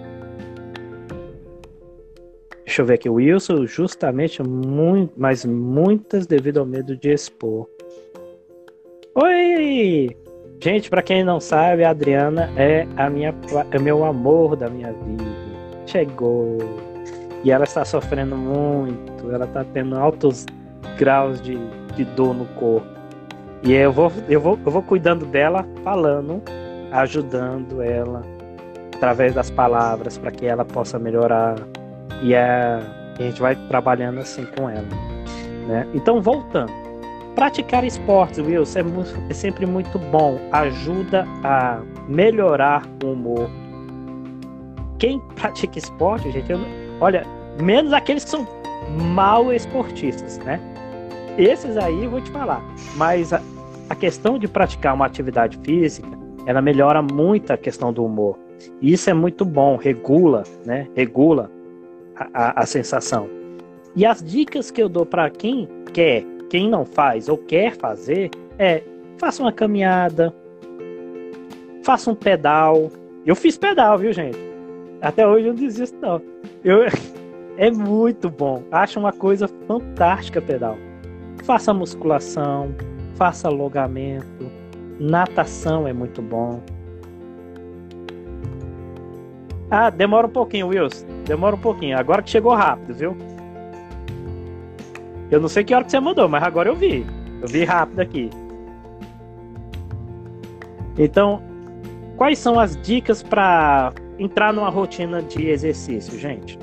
Deixa eu ver aqui, o Wilson, justamente mas muitas devido ao medo de expor. Oi! Gente, para quem não sabe, a Adriana é meu amor da minha vida. Chegou. E ela está sofrendo muito. Ela está tendo altos graus de dor no corpo. E eu vou cuidando dela, falando, ajudando ela através das palavras para que ela possa melhorar. E a gente vai trabalhando assim com ela. Né? Então, voltando. Praticar esportes, Wilson, é sempre muito bom. Ajuda a melhorar o humor. Quem pratica esporte, gente, olha, menos aqueles que são mal esportistas, né? Esses aí eu vou te falar. Mas a questão de praticar uma atividade física, ela melhora muito a questão do humor. E isso é muito bom, regula, né? Regula a sensação. E as dicas que eu dou para quem quer, quem não faz ou quer fazer, faça uma caminhada, faça um pedal. Eu fiz pedal, viu, gente? Até hoje eu não desisto, não. É muito bom. Acho uma coisa fantástica pedal. Faça musculação, faça alongamento, natação é muito bom. Ah, demora um pouquinho, Wilson. Demora um pouquinho. Agora que chegou rápido, viu? Eu não sei que hora que você mandou, mas agora eu vi. Eu vi rápido aqui. Então, quais são as dicas para entrar numa rotina de exercício, gente?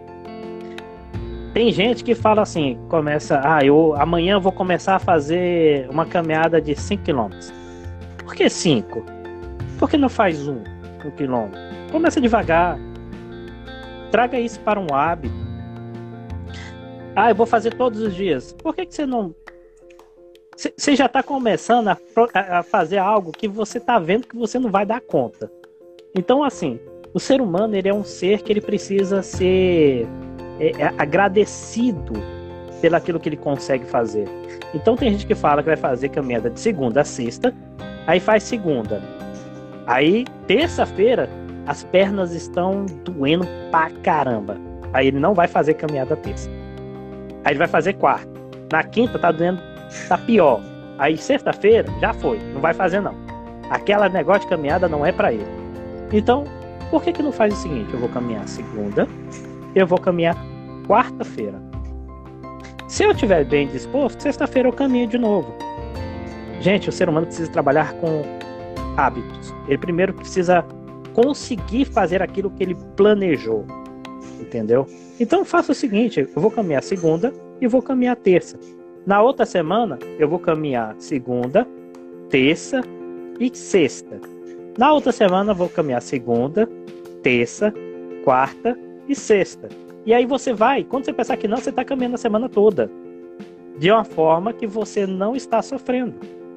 Tem gente que fala assim, amanhã eu vou começar a fazer uma caminhada de 5 km. Por que 5? Por que não faz 1 km? Começa devagar. Traga isso para um hábito. Eu vou fazer todos os dias. Por que você não... Você já está começando a fazer algo que você está vendo que você não vai dar conta. Então, assim, o ser humano, ele é um ser que ele precisa ser agradecido pelo aquilo que ele consegue fazer. Então, tem gente que fala que vai fazer caminhada de segunda a sexta, aí faz segunda. Aí, terça-feira, as pernas estão doendo pra caramba. Aí ele não vai fazer caminhada terça. Aí ele vai fazer quarta. Na quinta tá doendo, tá pior. Aí sexta-feira já foi, não vai fazer não. Aquela negócio de caminhada não é pra ele. Então, por que não faz o seguinte? Eu vou caminhar segunda, eu vou caminhar quarta-feira. Se eu estiver bem disposto, sexta-feira eu caminho de novo. Gente, o ser humano precisa trabalhar com hábitos. Ele primeiro precisa conseguir fazer aquilo que ele planejou. Entendeu? Então faça o seguinte, eu vou caminhar segunda, e vou caminhar terça. Na outra semana, eu vou caminhar segunda, terça e sexta. Na outra semana, eu vou caminhar segunda, terça, quarta e sexta. E aí você vai, quando você pensar que não, você está caminhando a semana toda. De uma forma que você não está sofrendo.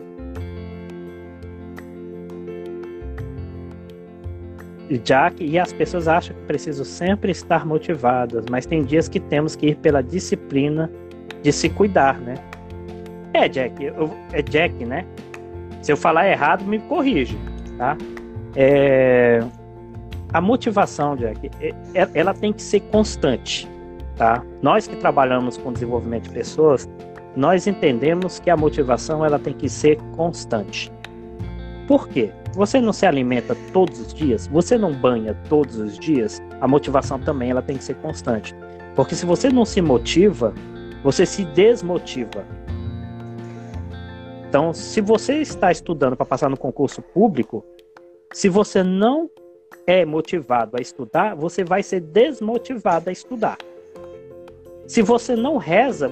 E as pessoas acham que precisam sempre estar motivadas, mas tem dias que temos que ir pela disciplina de se cuidar, né? É Jack, né? Se eu falar errado, me corrige, tá? A motivação, Jack, ela tem que ser constante, tá? Nós que trabalhamos com desenvolvimento de pessoas, nós entendemos que a motivação ela tem que ser constante. Por quê? Você não se alimenta todos os dias, você não banha todos os dias, a motivação também ela tem que ser constante. Porque se você não se motiva, você se desmotiva. Então, se você está estudando para passar no concurso público, se você não é motivado a estudar, você vai ser desmotivado a estudar. Se você não reza,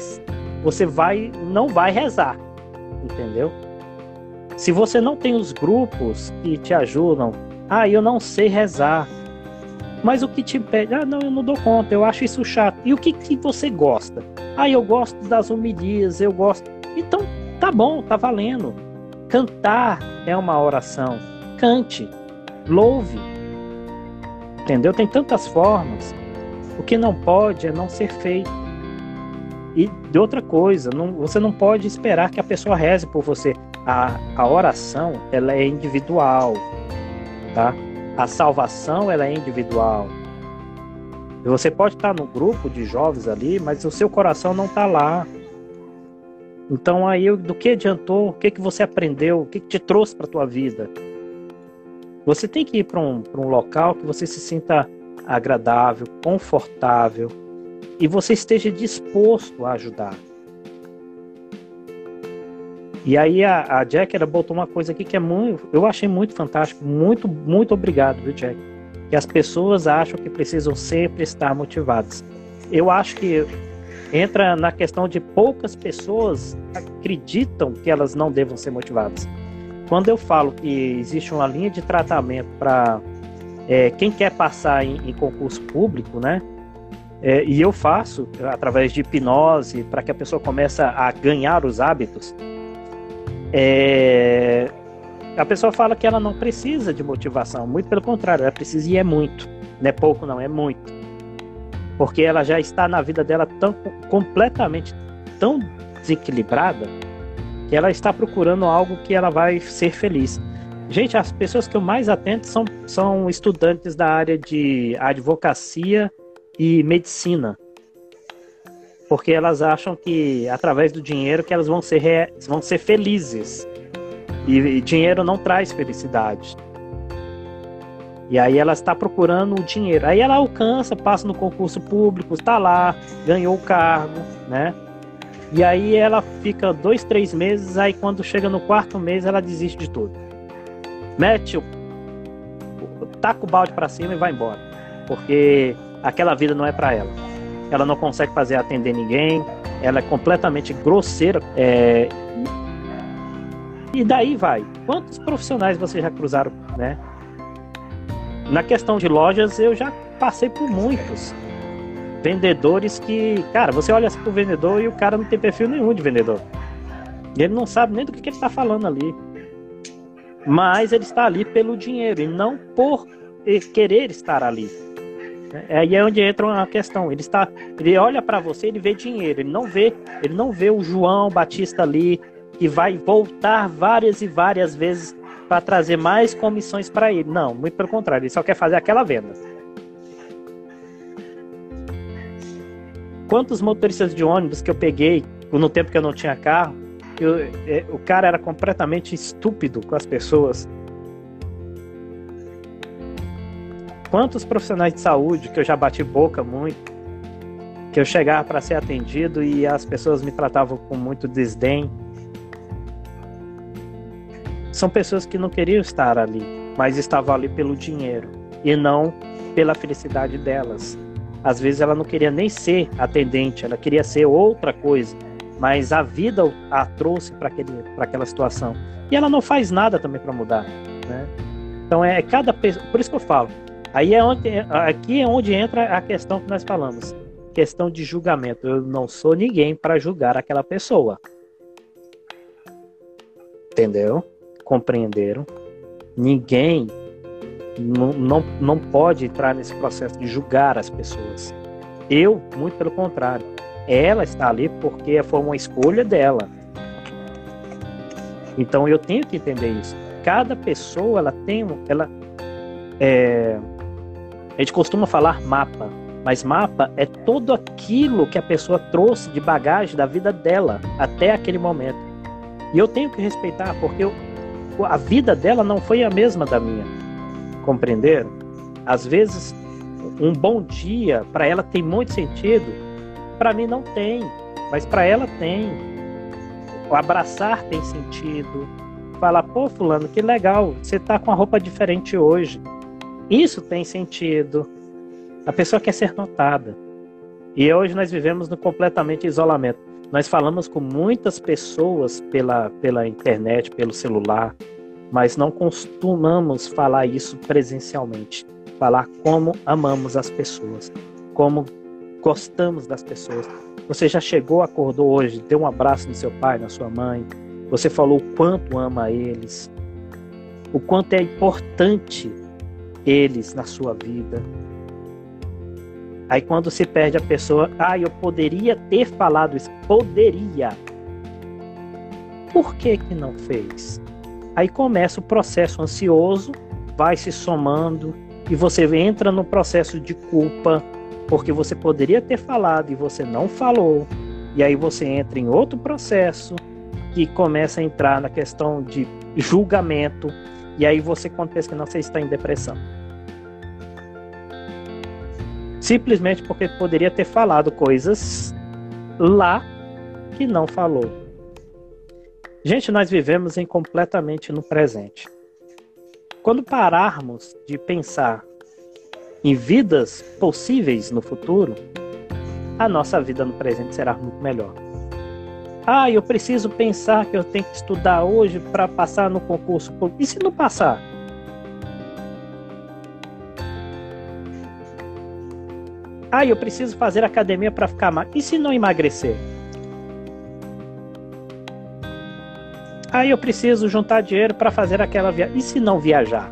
não vai rezar, entendeu? Se você não tem os grupos que te ajudam, eu não sei rezar, mas o que te impede? Não, eu não dou conta, eu acho isso chato. E o que você gosta? Eu gosto das homilias, eu gosto. Então, tá bom, tá valendo. Cantar é uma oração. Cante, louve, entendeu? Tem tantas formas. O que não pode é não ser feito. E de outra coisa, você não pode esperar que a pessoa reze por você. A oração, ela é individual, tá? A salvação, ela é individual. Você pode estar no grupo de jovens ali, mas o seu coração não está lá. Então aí, do que adiantou? O que você aprendeu? O que te trouxe para a tua vida? Você tem que ir para um local que você se sinta agradável, confortável e você esteja disposto a ajudar. E aí a Jack, ela botou uma coisa aqui que eu achei muito fantástico. Muito, muito obrigado, viu, Jack? Que as pessoas acham que precisam sempre estar motivadas. Eu acho que entra na questão de poucas pessoas acreditam que elas não devam ser motivadas. Quando eu falo que existe uma linha de tratamento para quem quer passar em concurso público, né? E eu faço através de hipnose para que a pessoa comece a ganhar os hábitos. A pessoa fala que ela não precisa de motivação, muito pelo contrário, ela precisa e é muito, não é pouco não, é muito, porque ela já está na vida dela completamente tão desequilibrada que ela está procurando algo que ela vai ser feliz. Gente, as pessoas que eu mais atendo são estudantes da área de advocacia e medicina, porque elas acham que através do dinheiro que elas vão ser felizes. E dinheiro não traz felicidade. E aí ela está procurando o dinheiro. Aí ela alcança, passa no concurso público, está lá, ganhou o cargo, né? E aí ela fica 2, 3 meses, aí quando chega no 4º mês ela desiste de tudo. Taca o balde para cima e vai embora. Porque aquela vida não é para ela. Ela não consegue atender ninguém, ela é completamente grosseira. E daí vai. Quantos profissionais vocês já cruzaram, né? Na questão de lojas, eu já passei por muitos. Vendedores que, cara, você olha pro vendedor e o cara não tem perfil nenhum de vendedor. Ele não sabe nem do que ele está falando ali. Mas ele está ali pelo dinheiro e não por querer estar ali. Aí é onde entra uma questão. Ele olha para você, ele vê dinheiro, ele não vê o João Batista ali que vai voltar várias e várias vezes para trazer mais comissões para ele. Não, muito pelo contrário, ele só quer fazer aquela venda. Quantos motoristas de ônibus que eu peguei no tempo que eu não tinha carro, o cara era completamente estúpido com as pessoas. Quantos profissionais de saúde que eu já bati boca muito, que eu chegava para ser atendido e as pessoas me tratavam com muito desdém. São pessoas que não queriam estar ali, mas estavam ali pelo dinheiro e não pela felicidade delas. Às vezes ela não queria nem ser atendente, ela queria ser outra coisa, mas a vida a trouxe para aquela situação. E ela não faz nada também para mudar, né? Então é cada pessoa, por isso que eu falo. Aqui é onde entra a questão que nós falamos, questão de julgamento. Eu não sou ninguém para julgar aquela pessoa. Entendeu? Compreenderam? Ninguém não pode entrar nesse processo de julgar as pessoas. Eu, muito pelo contrário. Ela está ali porque foi uma escolha dela. Então eu tenho que entender isso. Cada pessoa, ela tem... a gente costuma falar mapa, mas mapa é tudo aquilo que a pessoa trouxe de bagagem da vida dela até aquele momento. E eu tenho que respeitar, porque a vida dela não foi a mesma da minha. Compreenderam? Às vezes, um bom dia, para ela tem muito sentido, para mim não tem, mas para ela tem. O abraçar tem sentido. Falar, pô, fulano, que legal, você tá com a roupa diferente hoje. Isso tem sentido. A pessoa quer ser notada. E hoje nós vivemos no completamente isolamento. Nós falamos com muitas pessoas pela internet, pelo celular, mas não costumamos falar isso presencialmente. Falar como amamos as pessoas, como gostamos das pessoas. Você já chegou, acordou hoje, deu um abraço no seu pai, na sua mãe. Você falou o quanto ama eles, o quanto é importante eles na sua vida. Aí quando se perde a pessoa, eu poderia ter falado isso. Poderia. Por que não fez? Aí começa o processo ansioso, vai se somando, e você entra no processo de culpa, porque você poderia ter falado e você não falou. E aí você entra em outro processo, que começa a entrar na questão de julgamento, e aí você acontece que não, você está em depressão. Simplesmente porque poderia ter falado coisas lá que não falou. Gente, nós vivemos completamente no presente. Quando pararmos de pensar em vidas possíveis no futuro, a nossa vida no presente será muito melhor. Eu preciso pensar que eu tenho que estudar hoje para passar no concurso. E se não passar? Eu preciso fazer academia para ficar magro. E se não emagrecer? Eu preciso juntar dinheiro para fazer aquela viagem. E se não viajar?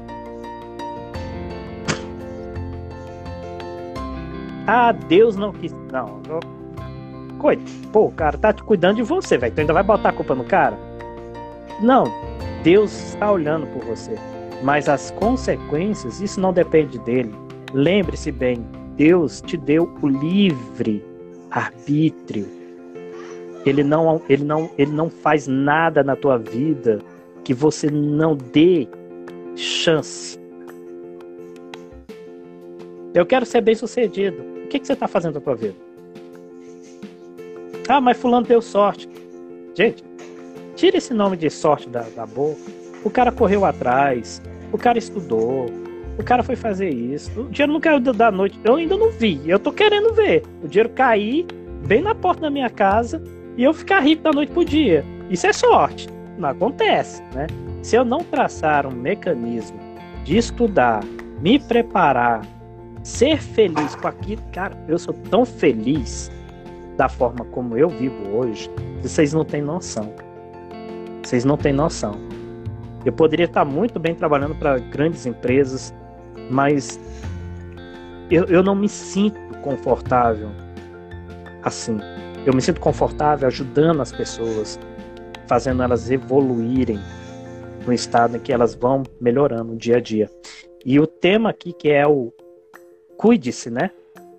Deus não quis. Não. Pô, o cara tá te cuidando de você, velho. Tu ainda vai botar a culpa no cara? Não. Deus está olhando por você. Mas as consequências, isso não depende dele. Lembre-se bem. Deus te deu o livre arbítrio. Ele não faz nada na tua vida que você não dê chance. Eu quero ser bem sucedido. O que você está fazendo na tua vida? Mas fulano deu sorte. Gente, tira esse nome de sorte da boca. O cara correu atrás. O cara estudou. O cara foi fazer isso. O dinheiro não caiu da noite. Eu ainda não vi. Eu tô querendo ver. O dinheiro cair bem na porta da minha casa e eu ficar rico da noite pro dia. Isso é sorte. Não acontece, né? Se eu não traçar um mecanismo de estudar, me preparar, ser feliz com aquilo... Cara, eu sou tão feliz da forma como eu vivo hoje, vocês não têm noção. Vocês não têm noção. Eu poderia estar muito bem trabalhando para grandes empresas, mas eu não me sinto confortável assim. Eu me sinto confortável ajudando as pessoas, fazendo elas evoluírem no estado em que elas vão melhorando dia a dia. E o tema aqui que é o cuide-se, né?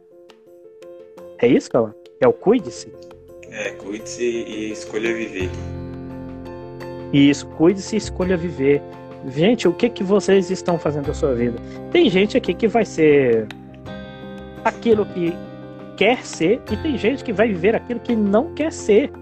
É isso, Cauã? É o cuide-se? Cuide-se e escolha viver. Isso, cuide-se e escolha viver. Gente, o que vocês estão fazendo da sua vida? Tem gente aqui que vai ser aquilo que quer ser e tem gente que vai viver aquilo que não quer ser.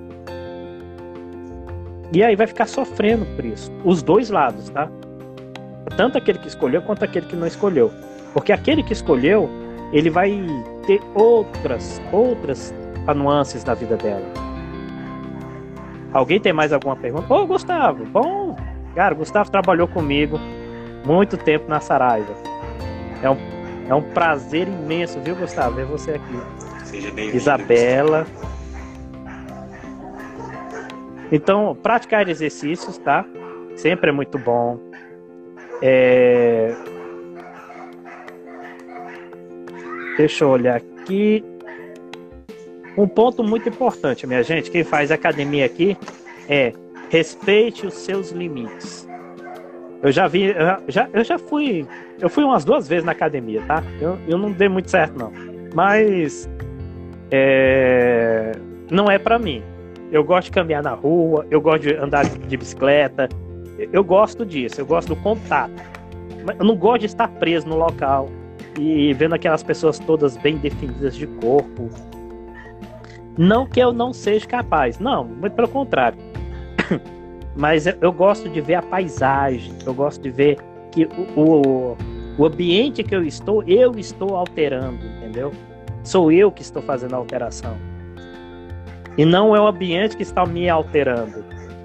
E aí vai ficar sofrendo por isso. Os dois lados, tá? Tanto aquele que escolheu quanto aquele que não escolheu. Porque aquele que escolheu ele vai ter outras nuances na vida dela. Alguém tem mais alguma pergunta? Ô, Gustavo, bom. Cara, o Gustavo trabalhou comigo muito tempo na Saraiva. É um prazer imenso, viu, Gustavo, ver você aqui. Seja bem-vindo. Isabela. Então, praticar exercícios, tá? Sempre é muito bom. Deixa eu olhar aqui. Um ponto muito importante, minha gente, quem faz academia aqui respeite os seus limites. Eu fui umas 2 vezes na academia, tá? Eu não dei muito certo, não. Mas não é pra mim. Eu gosto de caminhar na rua, eu gosto de andar de bicicleta, eu gosto disso, eu gosto do contato. Eu não gosto de estar preso no local e vendo aquelas pessoas todas bem definidas de corpo. Não que eu não seja capaz, não, muito pelo contrário. Mas eu gosto de ver a paisagem, eu gosto de ver que o ambiente que eu estou alterando, entendeu? Sou eu que estou fazendo a alteração. E não é o ambiente que está me alterando.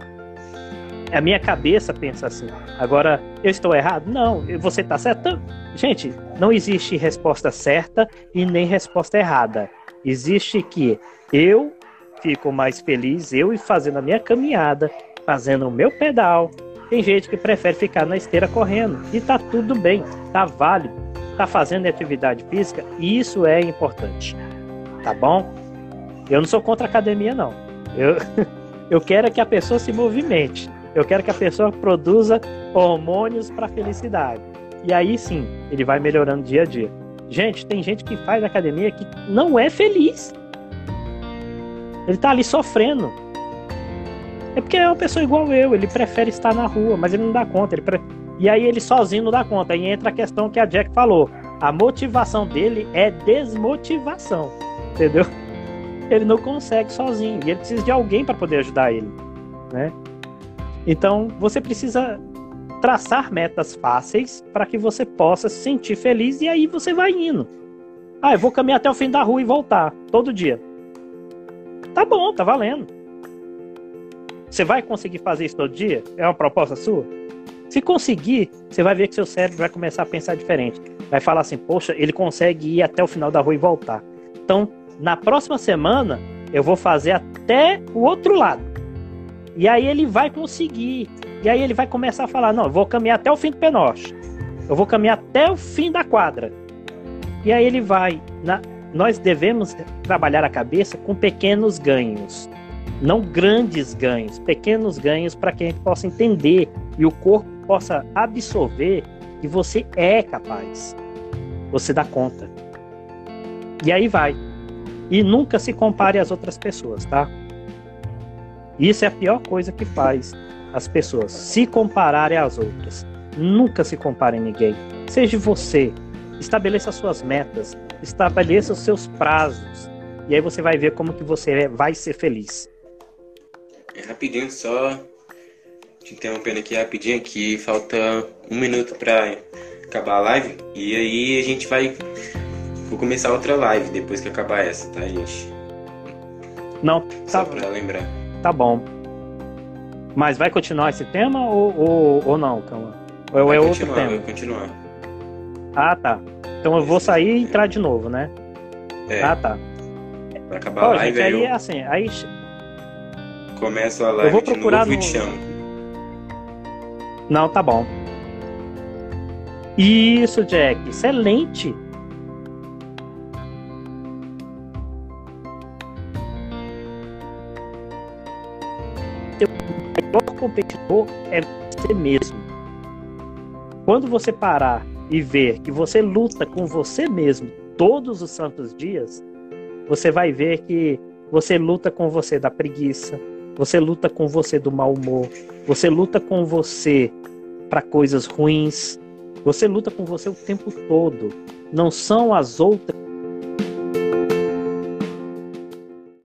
A minha cabeça pensa assim. Agora, eu estou errado? Não. Você está certo? Gente, não existe resposta certa e nem resposta errada. Existe que eu fico mais feliz, eu fazendo a minha caminhada, fazendo o meu pedal. Tem gente que prefere ficar na esteira correndo. E tá tudo bem, tá válido. Tá fazendo atividade física, e isso é importante. Tá bom? Eu não sou contra a academia, não. Eu quero que a pessoa se movimente. Eu quero que a pessoa produza hormônios para felicidade. E aí sim, ele vai melhorando dia a dia. Gente, tem gente que faz academia que não é feliz. Ele tá ali sofrendo. É porque é uma pessoa igual eu. Ele prefere estar na rua, mas ele não dá conta. E aí ele sozinho não dá conta. Aí entra a questão que a Jack falou. A motivação dele é desmotivação. Entendeu? Ele não consegue sozinho. E ele precisa de alguém para poder ajudar ele, né? Então, você precisa traçar metas fáceis para que você possa se sentir feliz e aí você vai indo. Eu vou caminhar até o fim da rua e voltar, todo dia. Tá bom, tá valendo. Você vai conseguir fazer isso todo dia? É uma proposta sua? Se conseguir, você vai ver que seu cérebro vai começar a pensar diferente. Vai falar assim, poxa, ele consegue ir até o final da rua e voltar. Então, na próxima semana, eu vou fazer até o outro lado. E aí ele vai conseguir. E aí ele vai começar a falar, não, eu vou caminhar até o fim do penoche. Eu vou caminhar até o fim da quadra. E aí ele vai... Nós devemos trabalhar a cabeça com pequenos ganhos. Não grandes ganhos. Pequenos ganhos para que a gente possa entender e o corpo possa absorver que você é capaz. Você dá conta. E aí vai. E nunca se compare às outras pessoas, tá? Isso é a pior coisa que faz as pessoas, se compararem às outras. Nunca se compare a ninguém. Seja você. Estabeleça suas metas. Estabeleça os seus prazos. E aí você vai ver como que você vai ser feliz. Rapidinho só, te interrompendo aqui rapidinho, que falta 1 minuto para acabar a live. E aí a gente vou começar outra live depois que acabar essa, tá, gente? Não, tá. Só pra lembrar. Tá bom. Mas vai continuar esse tema ou não, Cama? Ou é outro tema? Vai continuar. Ah, tá. Então eu vou sair e entrar de novo, né? Ah, tá. Vai acabar a live, gente, aí é assim, aí... Começa a live, eu vou procurar de novo e te chamo. Não, tá bom. Isso, Jack. Excelente. O maior competidor é você mesmo. Quando você parar e ver que você luta com você mesmo todos os santos dias, você vai ver que você luta com você da preguiça, você luta com você do mau humor, você luta com você para coisas ruins, você luta com você o tempo todo. Não são as outras